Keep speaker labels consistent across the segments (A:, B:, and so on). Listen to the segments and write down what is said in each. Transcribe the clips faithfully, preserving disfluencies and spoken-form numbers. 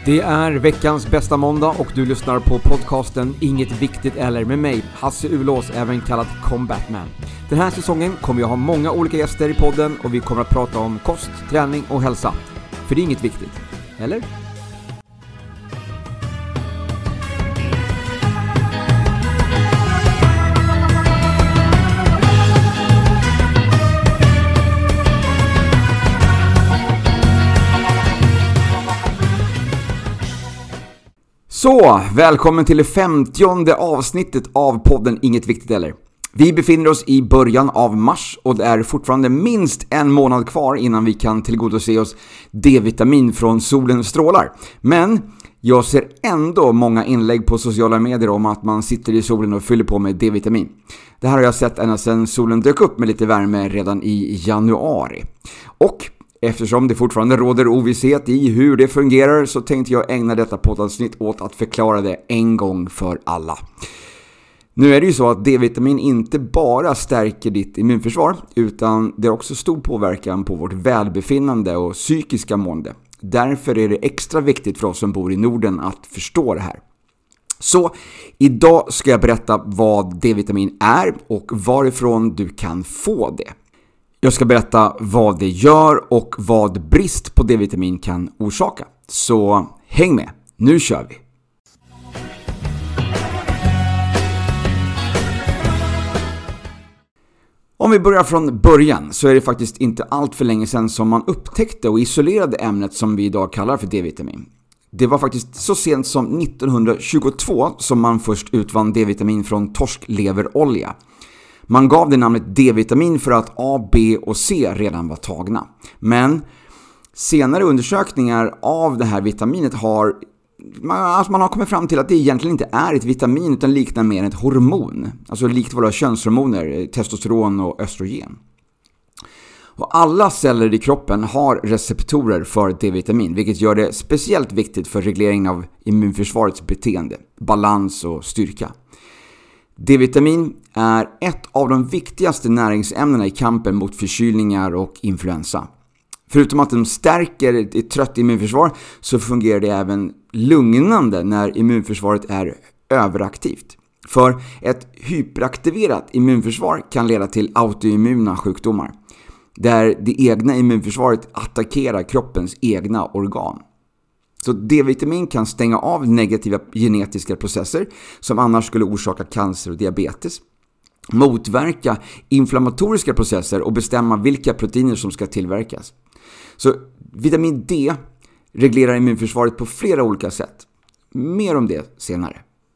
A: Det är veckans bästa måndag och du lyssnar på podcasten Inget viktigt eller med mig, Hasse Ulås, även kallad Combatman. Den här säsongen kommer jag ha många olika gäster i podden och vi kommer att prata om kost, träning och hälsa. För det är inget viktigt, eller? Så, välkommen till det femtionde avsnittet av podden Inget viktigt eller. Vi befinner oss i början av mars och det är fortfarande minst en månad kvar innan vi kan tillgodose oss D-vitamin från solens strålar. Men jag ser ändå många inlägg på sociala medier om att man sitter i solen och fyller på med D-vitamin. Det här har jag sett ända sedan solen dök upp med lite värme redan i januari. Och eftersom det fortfarande råder ovisshet i hur det fungerar så tänkte jag ägna detta poddavsnitt åt att förklara det en gång för alla. Nu är det ju så att D-vitamin inte bara stärker ditt immunförsvar utan det har också stor påverkan på vårt välbefinnande och psykiska mående. Därför är det extra viktigt för oss som bor i Norden att förstå det här. Så idag ska jag berätta vad D-vitamin är och varifrån du kan få det. Jag ska berätta vad det gör och vad brist på D-vitamin kan orsaka. Så häng med, nu kör vi! Om vi börjar från början så är det faktiskt inte allt för länge sedan som man upptäckte och isolerade ämnet som vi idag kallar för D-vitamin. Det var faktiskt så sent som nittonhundratjugotvå som man först utvann D-vitamin från torskleverolja. Man gav det namnet D-vitamin för att A, B och C redan var tagna. Men senare undersökningar av det här vitaminet har man, alltså man har kommit fram till att det egentligen inte är ett vitamin utan liknar mer ett hormon. Alltså likt våra könshormoner, testosteron och östrogen. Och alla celler i kroppen har receptorer för D-vitamin, vilket gör det speciellt viktigt för regleringen av immunförsvarets beteende, balans och styrka. D-vitamin är ett av de viktigaste näringsämnena i kampen mot förkylningar och influensa. Förutom att de stärker ett trött immunförsvar så fungerar det även lugnande när immunförsvaret är överaktivt. För ett hyperaktiverat immunförsvar kan leda till autoimmuna sjukdomar, där det egna immunförsvaret attackerar kroppens egna organ. Så D-vitamin kan stänga av negativa genetiska processer som annars skulle orsaka cancer och diabetes, motverka inflammatoriska processer och bestämma vilka proteiner som ska tillverkas. Så vitamin D reglerar immunförsvaret på flera olika sätt. Mer om det senare.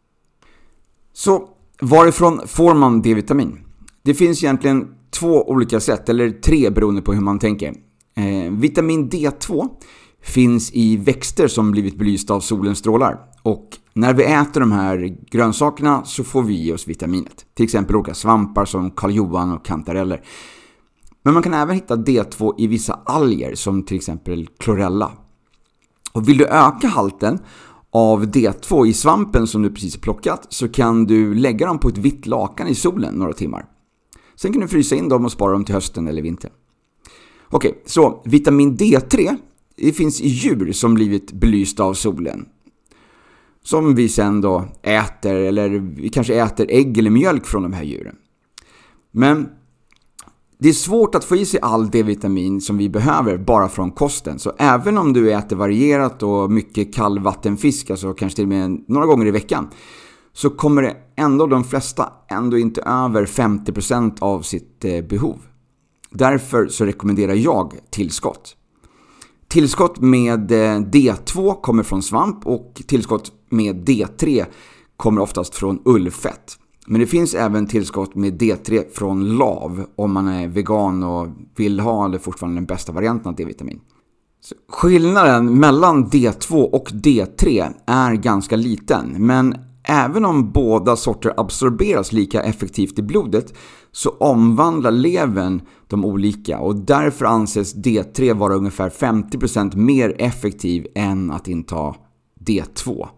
A: Så varifrån får man D-vitamin? Det finns egentligen två olika sätt, eller tre beroende på hur man tänker. Eh, vitamin D två finns i växter som blivit belysta av solens strålar. Och när vi äter de här grönsakerna så får vi i oss vitaminet. Till exempel olika svampar som Karl Johan och kantareller. Men man kan även hitta D två i vissa alger som till exempel chlorella. Och vill du öka halten av D två i svampen som du precis plockat så kan du lägga dem på ett vitt lakan i solen några timmar. Sen kan du frysa in dem och spara dem till hösten eller vintern. Okej, så vitamin D tre det finns i djur som blivit belysta av solen. Som vi sen då äter, eller vi kanske äter ägg eller mjölk från de här djuren. Men det är svårt att få i sig all D-vitamin som vi behöver bara från kosten. Så även om du äter varierat och mycket kallvattenfisk, alltså kanske till och med några gånger i veckan, så kommer det ändå de flesta ändå inte över femtio procent av sitt behov. Därför så rekommenderar jag tillskott. Tillskott med D två kommer från svamp och tillskott med D tre kommer oftast från ullfett. Men det finns även tillskott med D tre från lav om man är vegan och vill ha det fortfarande den bästa varianten av D-vitamin. Så skillnaden mellan D två och D tre är ganska liten, men även om båda sorter absorberas lika effektivt i blodet så omvandlar levern de olika och därför anses D tre vara ungefär femtio procent mer effektiv än att inta D två.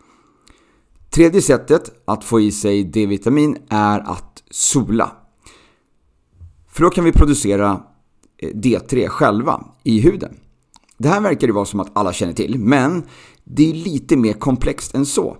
A: Tredje sättet att få i sig D-vitamin är att sola. För då kan vi producera D tre själva i huden. Det här verkar ju vara som att alla känner till, men det är lite mer komplext än så.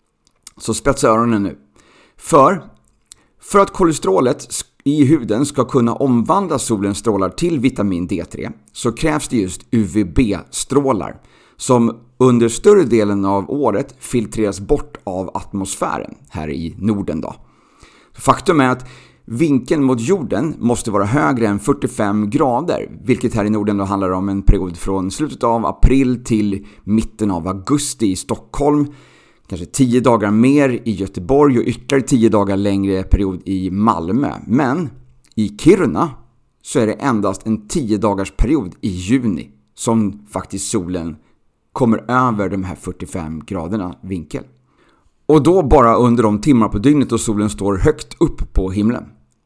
A: Så spetsa öronen nu. För, för att kolesterolet i huden ska kunna omvandla solens strålar till vitamin D tre så krävs det just U V B-strålar som under större delen av året filtreras bort av atmosfären här i Norden då. Faktum är att vinkeln mot jorden måste vara högre än fyrtiofem grader, vilket här i Norden då handlar om en period från slutet av april till mitten av augusti i Stockholm, kanske tio dagar mer i Göteborg och ytterligare tio dagar längre period i Malmö. Men i Kiruna så är det endast en tio dagars period i juni som faktiskt solen kommer över de här fyrtiofem graderna vinkel. Och då bara under de timmar på dygnet då solen står högt upp på himlen.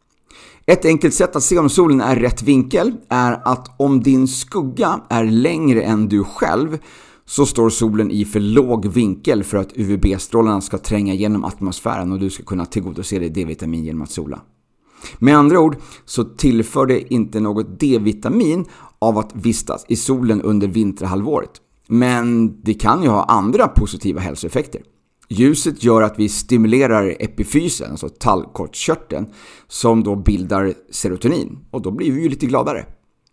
A: Ett enkelt sätt att se om solen är rätt vinkel är att om din skugga är längre än du själv så står solen i för låg vinkel för att U V B-strålarna ska tränga genom atmosfären och du ska kunna tillgodose dig D-vitamin genom att sola. Med andra ord så tillför det inte något D-vitamin av att vistas i solen under vinterhalvåret. Men det kan ju ha andra positiva hälsoeffekter. Ljuset gör att vi stimulerar epifysen, alltså tallkottkörteln, som då bildar serotonin. Och då blir vi ju lite gladare.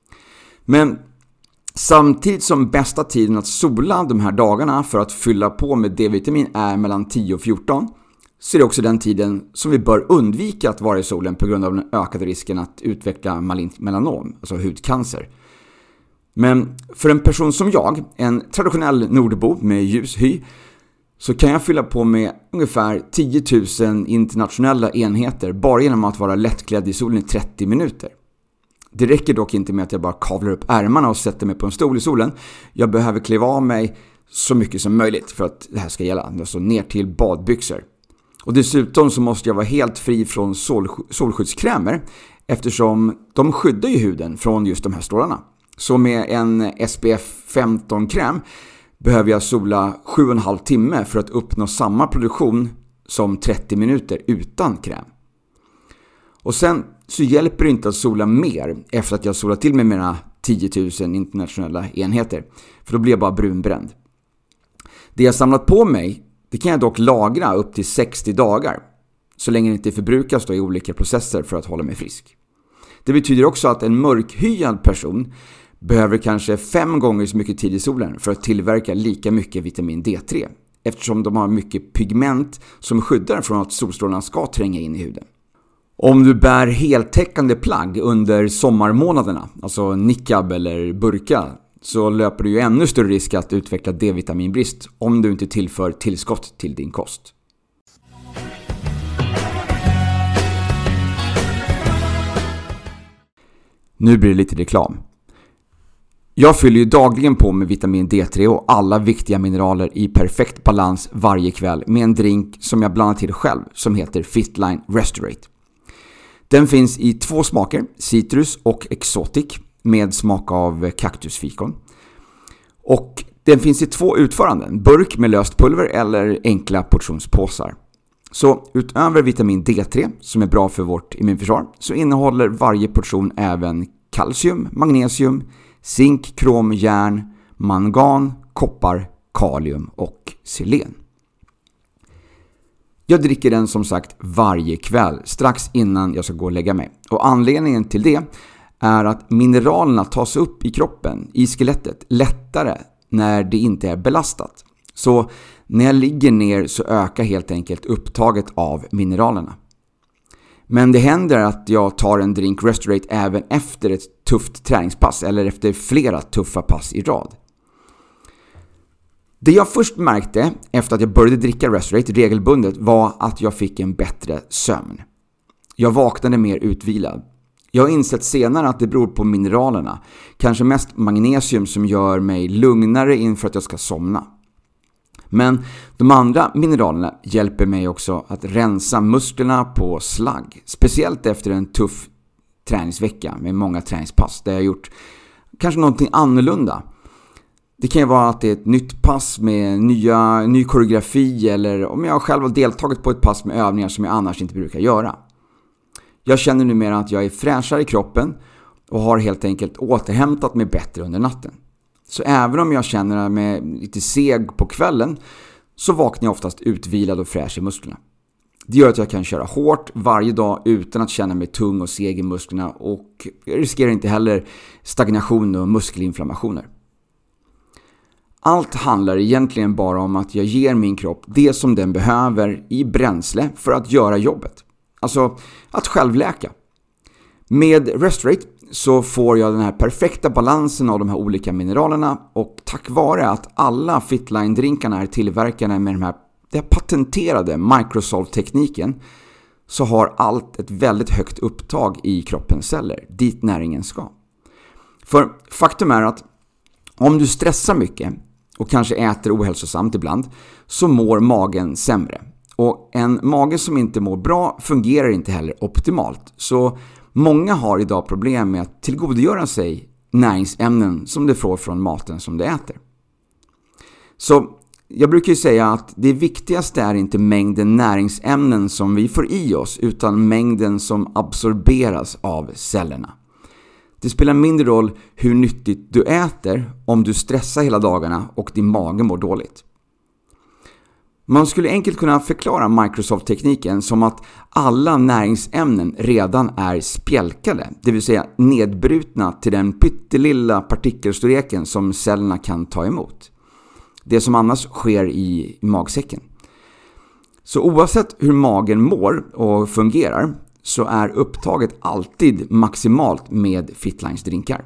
A: Men samtidigt som bästa tiden att sola de här dagarna för att fylla på med D-vitamin är mellan tio och fjorton, så är det också den tiden som vi bör undvika att vara i solen på grund av den ökade risken att utveckla malignt melanom, alltså hudcancer. Men för en person som jag, en traditionell nordbo med ljus hy, så kan jag fylla på med ungefär tio tusen internationella enheter bara genom att vara lättklädd i solen i trettio minuter. Det räcker dock inte med att jag bara kavlar upp ärmarna och sätter mig på en stol i solen. Jag behöver kliva av mig så mycket som möjligt för att det här ska gälla. Alltså ner till badbyxor. Och dessutom så måste jag vara helt fri från sol- solskyddskrämer eftersom de skyddar ju huden från just de här strålarna. Så med en S P F femton-kräm behöver jag sola sju och en halv timme för att uppnå samma produktion som trettio minuter utan kräm. Och sen så hjälper det inte att sola mer efter att jag solat till med mina tio tusen internationella enheter. För då blir jag bara brunbränd. Det jag samlat på mig, det kan jag dock lagra upp till sextio dagar. Så länge det inte förbrukas då i olika processer för att hålla mig frisk. Det betyder också att en mörkhyad person behöver kanske fem gånger så mycket tid i solen för att tillverka lika mycket vitamin D tre. Eftersom de har mycket pigment som skyddar från att solstrålarna ska tränga in i huden. Om du bär heltäckande plagg under sommarmånaderna, alltså niqab eller burka, så löper du ju ännu större risk att utveckla D-vitaminbrist om du inte tillför tillskott till din kost. Nu blir det lite reklam. Jag fyller ju dagligen på med vitamin D tre och alla viktiga mineraler i perfekt balans varje kväll med en drink som jag blandar till själv som heter Fitline Restorate. Den finns i två smaker, citrus och exotic, med smak av kaktusfikon. Och den finns i två utföranden, burk med löst pulver eller enkla portionspåsar. Så utöver vitamin D tre, som är bra för vårt immunförsvar, så innehåller varje portion även kalcium, magnesium, zink, krom, järn, mangan, koppar, kalium och selen. Jag dricker den som sagt varje kväll, strax innan jag ska gå och lägga mig. Och anledningen till det är att mineralerna tas upp i kroppen, i skelettet, lättare när det inte är belastat. Så när jag ligger ner så ökar helt enkelt upptaget av mineralerna. Men det händer att jag tar en drink Restorate även efter ett tufft träningspass eller efter flera tuffa pass i rad. Det jag först märkte efter att jag började dricka Restorate regelbundet var att jag fick en bättre sömn. Jag vaknade mer utvilad. Jag har insett senare att det beror på mineralerna, kanske mest magnesium som gör mig lugnare inför att jag ska somna. Men de andra mineralerna hjälper mig också att rensa musklerna på slagg, speciellt efter en tuff träningsvecka med många träningspass där jag har gjort kanske någonting annorlunda. Det kan ju vara att det är ett nytt pass med nya, ny koreografi eller om jag själv har deltagit på ett pass med övningar som jag annars inte brukar göra. Jag känner numera att jag är fräschare i kroppen och har helt enkelt återhämtat mig bättre under natten. Så även om jag känner mig lite seg på kvällen så vaknar jag oftast utvilad och fräsch i musklerna. Det gör att jag kan köra hårt varje dag utan att känna mig tung och seg i musklerna, och jag riskerar inte heller stagnation och muskelinflammationer. Allt handlar egentligen bara om att jag ger min kropp det som den behöver i bränsle för att göra jobbet. Alltså att självläka. Med Restorate så får jag den här perfekta balansen av de här olika mineralerna, och tack vare att alla Fitline-drinkarna är tillverkade med de här, den här patenterade Microsolve-tekniken, så har allt ett väldigt högt upptag i kroppens celler, dit näringen ska. För faktum är att om du stressar mycket och kanske äter ohälsosamt ibland, så mår magen sämre. Och en mage som inte mår bra fungerar inte heller optimalt. Så många har idag problem med att tillgodogöra sig näringsämnen som de får från maten som de äter. Så jag brukar ju säga att det viktigaste är inte mängden näringsämnen som vi får i oss, utan mängden som absorberas av cellerna. Det spelar mindre roll hur nyttigt du äter om du stressar hela dagarna och din mage mår dåligt. Man skulle enkelt kunna förklara Microsoft-tekniken som att alla näringsämnen redan är spjälkade, det vill säga nedbrutna till den pyttelilla partikelstorleken som cellerna kan ta emot. Det som annars sker i magsäcken. Så oavsett hur magen mår och fungerar så är upptaget alltid maximalt med Fitlines drinkar.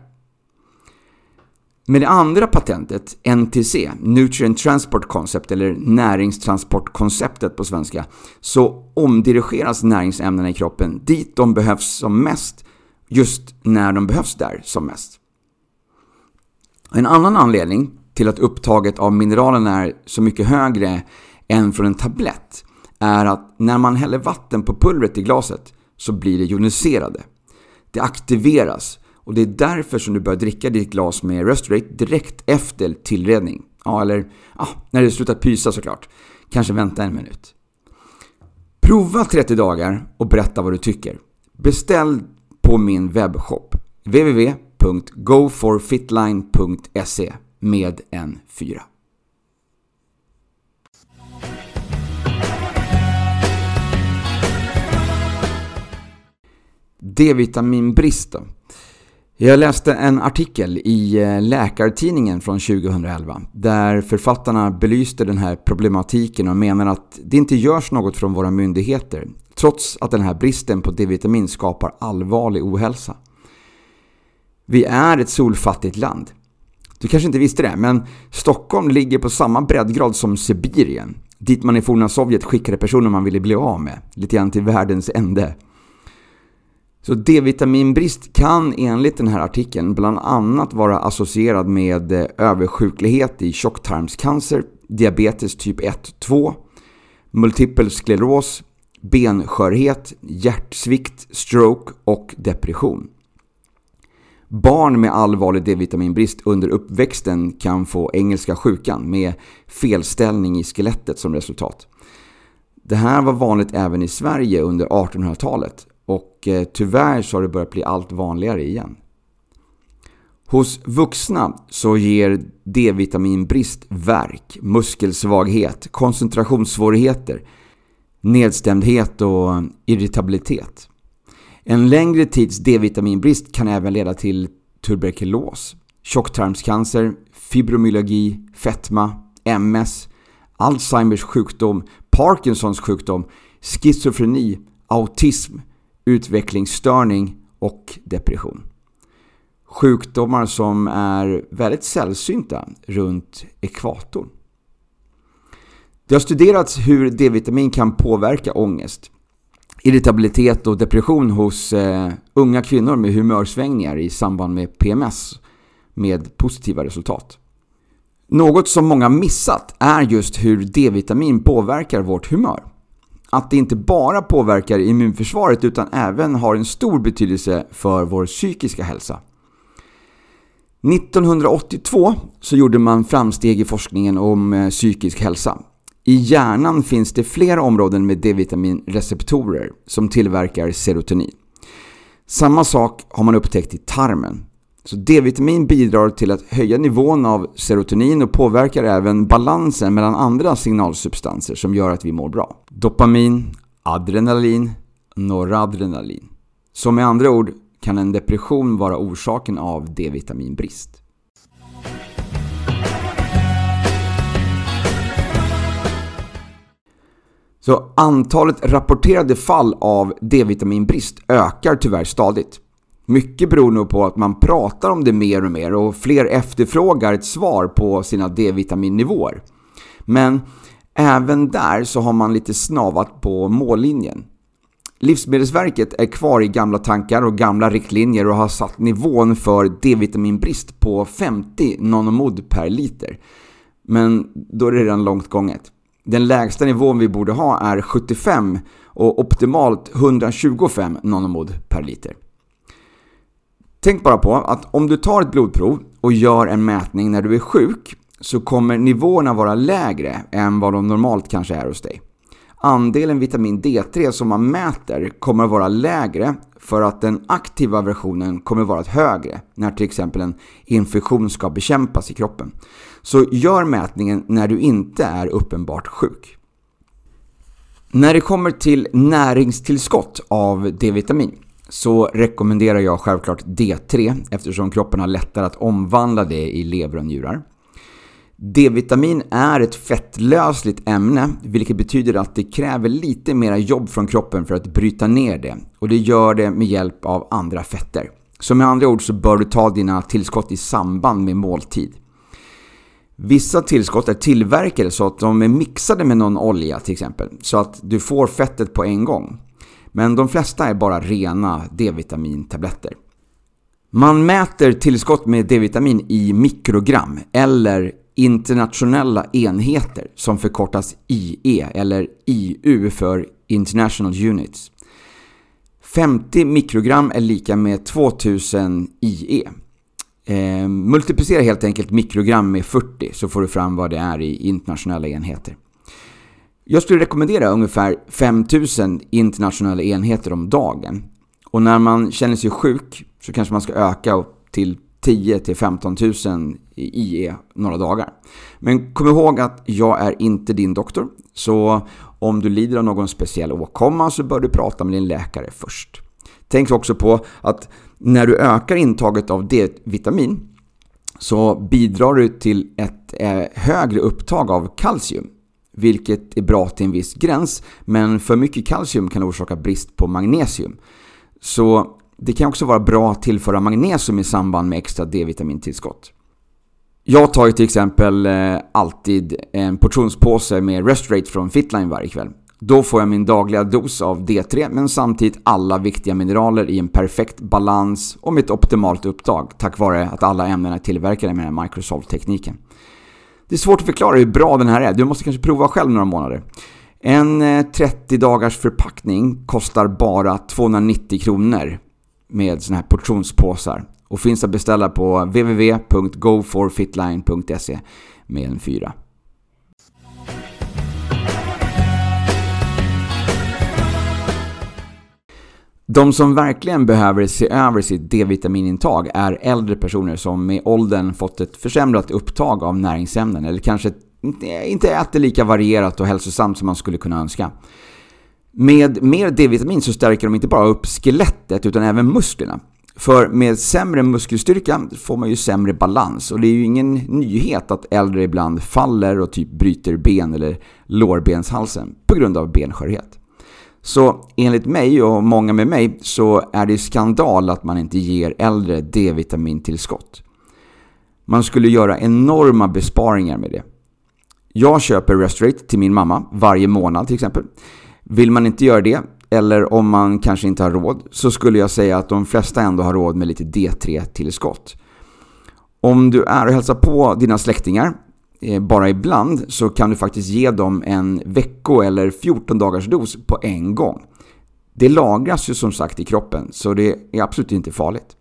A: Med det andra patentet, N T C, Nutrient Transport Concept eller näringstransportkonceptet på svenska, så omdirigeras näringsämnena i kroppen dit de behövs som mest, just när de behövs där som mest. En annan anledning till att upptaget av mineralerna är så mycket högre än från en tablett är att när man häller vatten på pulvret i glaset så blir det joniserade. Det aktiveras, och det är därför som du bör dricka ditt glas med Restorate direkt efter tillredning. Ja, eller ja, när det slutar pysa såklart. Kanske vänta en minut. Prova trettio dagar och berätta vad du tycker. Beställ på min webbshop w w w punkt go for fitline punkt se med en fyra. D-vitaminbrist då. Jag läste en artikel i Läkartidningen från tjugohundraelva där författarna belyste den här problematiken och menar att det inte görs något från våra myndigheter trots att den här bristen på D-vitamin skapar allvarlig ohälsa. Vi är ett solfattigt land. Du kanske inte visste det, men Stockholm ligger på samma breddgrad som Sibirien, dit man i forna Sovjet skickade personer man ville bli av med, lite grann till världens ände. Så D-vitaminbrist kan enligt den här artikeln bland annat vara associerad med översjuklighet i tjocktarmscancer, diabetes typ ett två, multipel skleros, benskörhet, hjärtsvikt, stroke och depression. Barn med allvarlig D-vitaminbrist under uppväxten kan få engelska sjukan med felställning i skelettet som resultat. Det här var vanligt även i Sverige under artonhundratalet. Och tyvärr så har det börjat bli allt vanligare igen. Hos vuxna så ger D-vitaminbrist värk, muskelsvaghet, koncentrationssvårigheter, nedstämdhet och irritabilitet. En längre tids D-vitaminbrist kan även leda till tuberkulos, tjocktarmscancer, fibromyalgi, fetma, M S, Alzheimers sjukdom, Parkinsons sjukdom, schizofreni, autism, utvecklingsstörning och depression. Sjukdomar som är väldigt sällsynta runt ekvatorn. Det har studerats hur D-vitamin kan påverka ångest, irritabilitet och depression hos eh, unga kvinnor med humörsvängningar i samband med P M S med positiva resultat. Något som många missat är just hur D-vitamin påverkar vårt humör. Att det inte bara påverkar immunförsvaret utan även har en stor betydelse för vår psykiska hälsa. nittonhundraåttiotvå så gjorde man framsteg i forskningen om psykisk hälsa. I hjärnan finns det flera områden med D-vitaminreceptorer som tillverkar serotonin. Samma sak har man upptäckt i tarmen. Så D-vitamin bidrar till att höja nivån av serotonin och påverkar även balansen mellan andra signalsubstanser som gör att vi mår bra. Dopamin, adrenalin, noradrenalin. Så med andra ord kan en depression vara orsaken av D-vitaminbrist. Så antalet rapporterade fall av D-vitaminbrist ökar tyvärr stadigt. Mycket beror nog på att man pratar om det mer och mer och fler efterfrågar ett svar på sina D-vitaminnivåer. Men även där så har man lite snavat på mållinjen. Livsmedelsverket är kvar i gamla tankar och gamla riktlinjer och har satt nivån för D-vitaminbrist på femtio nanomod per liter. Men då är det redan långt gånget. Den lägsta nivån vi borde ha är sjuttiofem och optimalt etthundratjugofem nanomod per liter. Tänk bara på att om du tar ett blodprov och gör en mätning när du är sjuk så kommer nivåerna vara lägre än vad de normalt kanske är hos dig. Andelen vitamin D tre som man mäter kommer att vara lägre för att den aktiva versionen kommer att vara högre när till exempel en infektion ska bekämpas i kroppen. Så gör mätningen när du inte är uppenbart sjuk. När det kommer till näringstillskott av D-vitamin så rekommenderar jag självklart D tre eftersom kroppen har lättare att omvandla det i lever och njurar. D-vitamin är ett fettlösligt ämne, vilket betyder att det kräver lite mer jobb från kroppen för att bryta ner det. Och det gör det med hjälp av andra fetter. Så med andra ord så bör du ta dina tillskott i samband med måltid. Vissa tillskott är tillverkade så att de är mixade med någon olja till exempel, så att du får fettet på en gång. Men de flesta är bara rena D-vitamintabletter. Man mäter tillskott med D-vitamin i mikrogram eller internationella enheter som förkortas I E eller I U för International Units. femtio mikrogram är lika med tvåtusen I E. Eh, multiplicera helt enkelt mikrogram med fyrtio så får du fram vad det är i internationella enheter. Jag skulle rekommendera ungefär femtusen internationella enheter om dagen. Och när man känner sig sjuk så kanske man ska öka upp till tio till femton tusen I E några dagar. Men kom ihåg att jag är inte din doktor. Så om du lider av någon speciell åkomma så bör du prata med din läkare först. Tänk också på att när du ökar intaget av D-vitamin så bidrar du till ett eh, högre upptag av kalcium. Vilket är bra till en viss gräns, men för mycket kalcium kan orsaka brist på magnesium. Så det kan också vara bra att tillföra magnesium i samband med extra D-vitamintillskott. Jag tar ju till exempel eh, alltid en portionspåse med Restorate från Fitline varje kväll. Då får jag min dagliga dos av D tre men samtidigt alla viktiga mineraler i en perfekt balans och med ett optimalt upptag tack vare att alla ämnen är tillverkade med den Microsolve-tekniken. Det är svårt att förklara hur bra den här är. Du måste kanske prova själv några månader. En trettio dagars förpackning kostar bara tvåhundranittio kronor med såna här portionspåsar och finns att beställa på w w w punkt go for fitline punkt se med en fyra. De som verkligen behöver se över sitt D-vitaminintag är äldre personer som med åldern fått ett försämrat upptag av näringsämnen eller kanske inte äter lika varierat och hälsosamt som man skulle kunna önska. Med mer D-vitamin så stärker de inte bara upp skelettet utan även musklerna. För med sämre muskelstyrka får man ju sämre balans och det är ju ingen nyhet att äldre ibland faller och typ bryter ben eller lårbenshalsen på grund av benskörhet. Så enligt mig och många med mig så är det skandal att man inte ger äldre D-vitamintillskott. Man skulle göra enorma besparingar med det. Jag köper Restorate till min mamma varje månad till exempel. Vill man inte göra det, eller om man kanske inte har råd, så skulle jag säga att de flesta ändå har råd med lite D tre-tillskott. Om du är och hälsar på dina släktingar bara ibland så kan du faktiskt ge dem en vecko- eller fjorton dagars dos på en gång. Det lagras ju som sagt i kroppen så det är absolut inte farligt.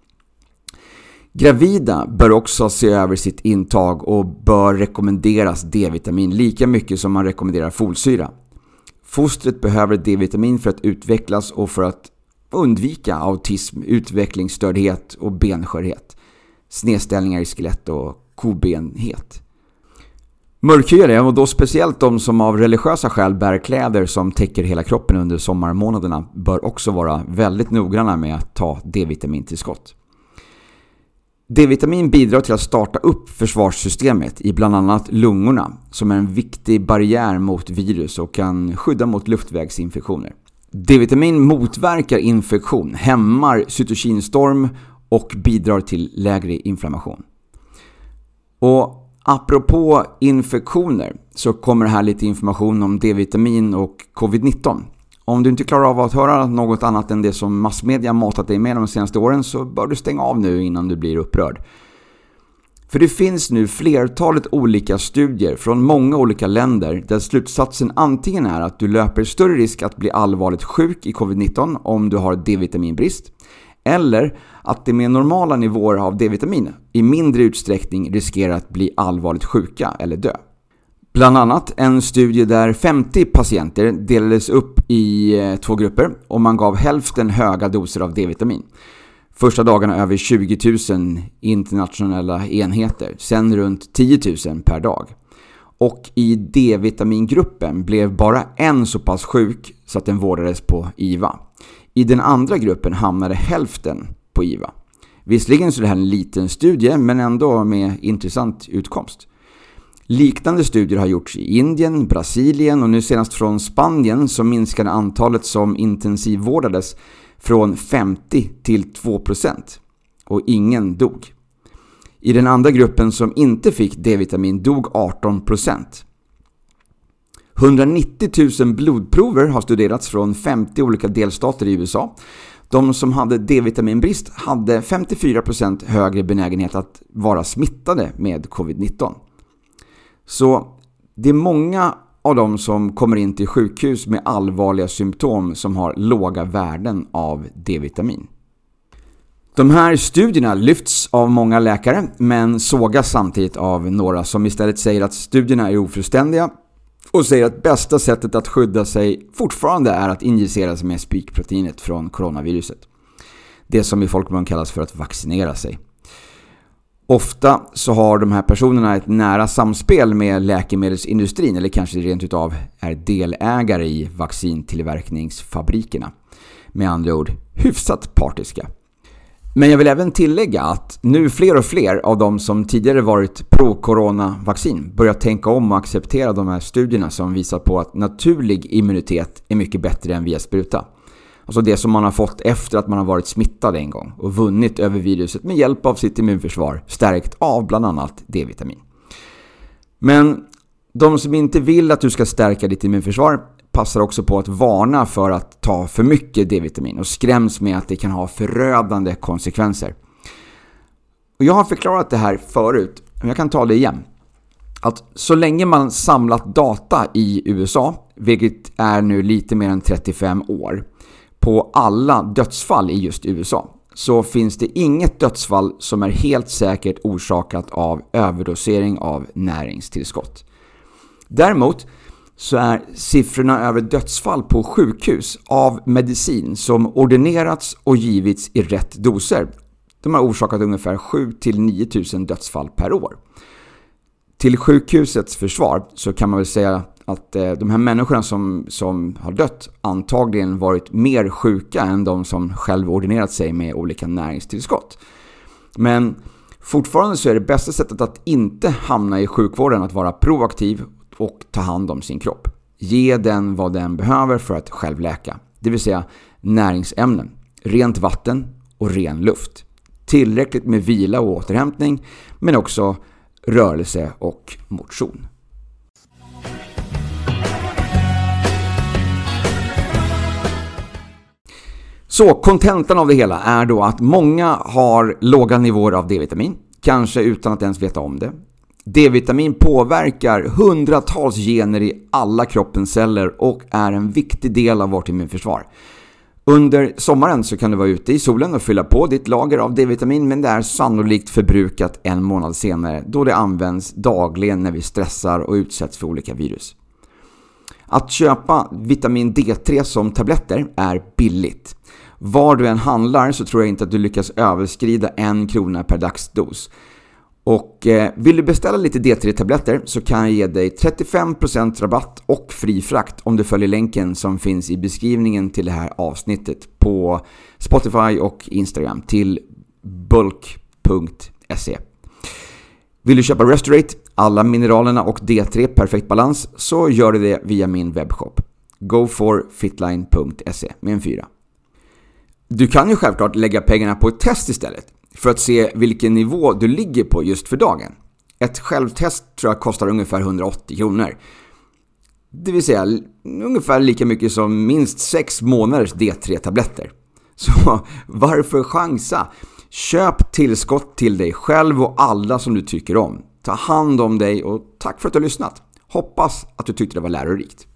A: Gravida bör också se över sitt intag och bör rekommenderas D-vitamin lika mycket som man rekommenderar folsyra. Fostret behöver D-vitamin för att utvecklas och för att och undvika autism, utvecklingsstörhet och benskörhet, snedställningar i skelett och kobenhet. Mörkhyade, och då speciellt de som av religiösa skäl bär kläder som täcker hela kroppen under sommarmånaderna, bör också vara väldigt noggranna med att ta D-vitamintillskott. D-vitamin bidrar till att starta upp försvarssystemet i bland annat lungorna, som är en viktig barriär mot virus och kan skydda mot luftvägsinfektioner. D-vitamin motverkar infektion, hämmar cytokinstorm och bidrar till lägre inflammation. Och apropå infektioner så kommer här lite information om D-vitamin och covid nitton. Om du inte klarar av att höra något annat än det som massmedia matat dig med de senaste åren, så bör du stänga av nu innan du blir upprörd. För det finns nu flertalet olika studier från många olika länder där slutsatsen antingen är att du löper större risk att bli allvarligt sjuk i covid nitton om du har D-vitaminbrist, eller att det med normala nivåer av D-vitamin i mindre utsträckning riskerar att bli allvarligt sjuka eller dö. Bland annat en studie där femtio patienter delades upp i två grupper och man gav hälften höga doser av D-vitamin. Första dagarna över tjugo tusen internationella enheter, sen runt tio tusen per dag. Och i D-vitamingruppen blev bara en så pass sjuk så att den vårdades på I V A. I den andra gruppen hamnade hälften på I V A. Visserligen så är det här en liten studie, men ändå med intressant utkomst. Liknande studier har gjorts i Indien, Brasilien och nu senast från Spanien, som minskade antalet som intensivvårdades från femtio till två procent. Och ingen dog. I den andra gruppen som inte fick D-vitamin dog arton procent. hundranittio tusen blodprover har studerats från femtio olika delstater i U S A. De som hade D-vitaminbrist hade femtiofyra procent högre benägenhet att vara smittade med covid nitton. Så det är många av dem som kommer in till sjukhus med allvarliga symptom som har låga värden av D-vitamin. De här studierna lyfts av många läkare, men sågas samtidigt av några som istället säger att studierna är ofullständiga och säger att bästa sättet att skydda sig fortfarande är att injicera sig med spikproteinet från coronaviruset. Det som i folkmun kallas för att vaccinera sig. Ofta så har de här personerna ett nära samspel med läkemedelsindustrin, eller kanske rent utav är delägare i vaccintillverkningsfabrikerna. Med andra ord hyfsat partiska. Men jag vill även tillägga att nu fler och fler av de som tidigare varit pro-corona-vaccin börjar tänka om och acceptera de här studierna som visar på att naturlig immunitet är mycket bättre än via spruta. Alltså det som man har fått efter att man har varit smittad en gång och vunnit över viruset med hjälp av sitt immunförsvar, stärkt av bland annat D-vitamin. Men de som inte vill att du ska stärka ditt immunförsvar passar också på att varna för att ta för mycket D-vitamin och skräms med att det kan ha förödande konsekvenser. Och jag har förklarat det här förut, men jag kan ta det igen. Att så länge man samlat data i U S A, vilket är nu lite mer än trettiofem år, på alla dödsfall i just U S A, så finns det inget dödsfall som är helt säkert orsakat av överdosering av näringstillskott. Däremot så är siffrorna över dödsfall på sjukhus av medicin som ordinerats och givits i rätt doser, de har orsakat ungefär sju till nio tusen dödsfall per år. Till sjukhusets försvar så kan man väl säga att de här människorna som, som har dött antagligen varit mer sjuka än de som själv ordinerat sig med olika näringstillskott. Men fortfarande så är det bästa sättet att inte hamna i sjukvården att vara proaktiv och ta hand om sin kropp. Ge den vad den behöver för att själv läka. Det vill säga näringsämnen, rent vatten och ren luft. Tillräckligt med vila och återhämtning, men också rörelse och motion. Så kontentan av det hela är då att många har låga nivåer av D-vitamin, kanske utan att ens veta om det. D-vitamin påverkar hundratals gener i alla kroppens celler och är en viktig del av vårt immunförsvar. Under sommaren så kan du vara ute i solen och fylla på ditt lager av D-vitamin, men det är sannolikt förbrukat en månad senare då det används dagligen när vi stressar och utsätts för olika virus. Att köpa vitamin D tre som tabletter är billigt. Var du än handlar så tror jag inte att du lyckas överskrida en krona per dagsdos. Och eh, vill du beställa lite D tre-tabletter så kan jag ge dig trettiofem procent rabatt och fri frakt om du följer länken som finns i beskrivningen till det här avsnittet på Spotify och Instagram till bulk punkt se. Vill du köpa Restorate, alla mineralerna och D tre perfekt balans, så gör du det via min webbshop go for fitline punkt se med en fyra. Du kan ju självklart lägga pengarna på ett test istället för att se vilken nivå du ligger på just för dagen. Ett självtest tror jag kostar ungefär hundraåttio kronor. Det vill säga ungefär lika mycket som minst sex månaders D tre-tabletter. Så varför chansa? Köp tillskott till dig själv och alla som du tycker om. Ta hand om dig och tack för att du har lyssnat. Hoppas att du tyckte det var lärorikt.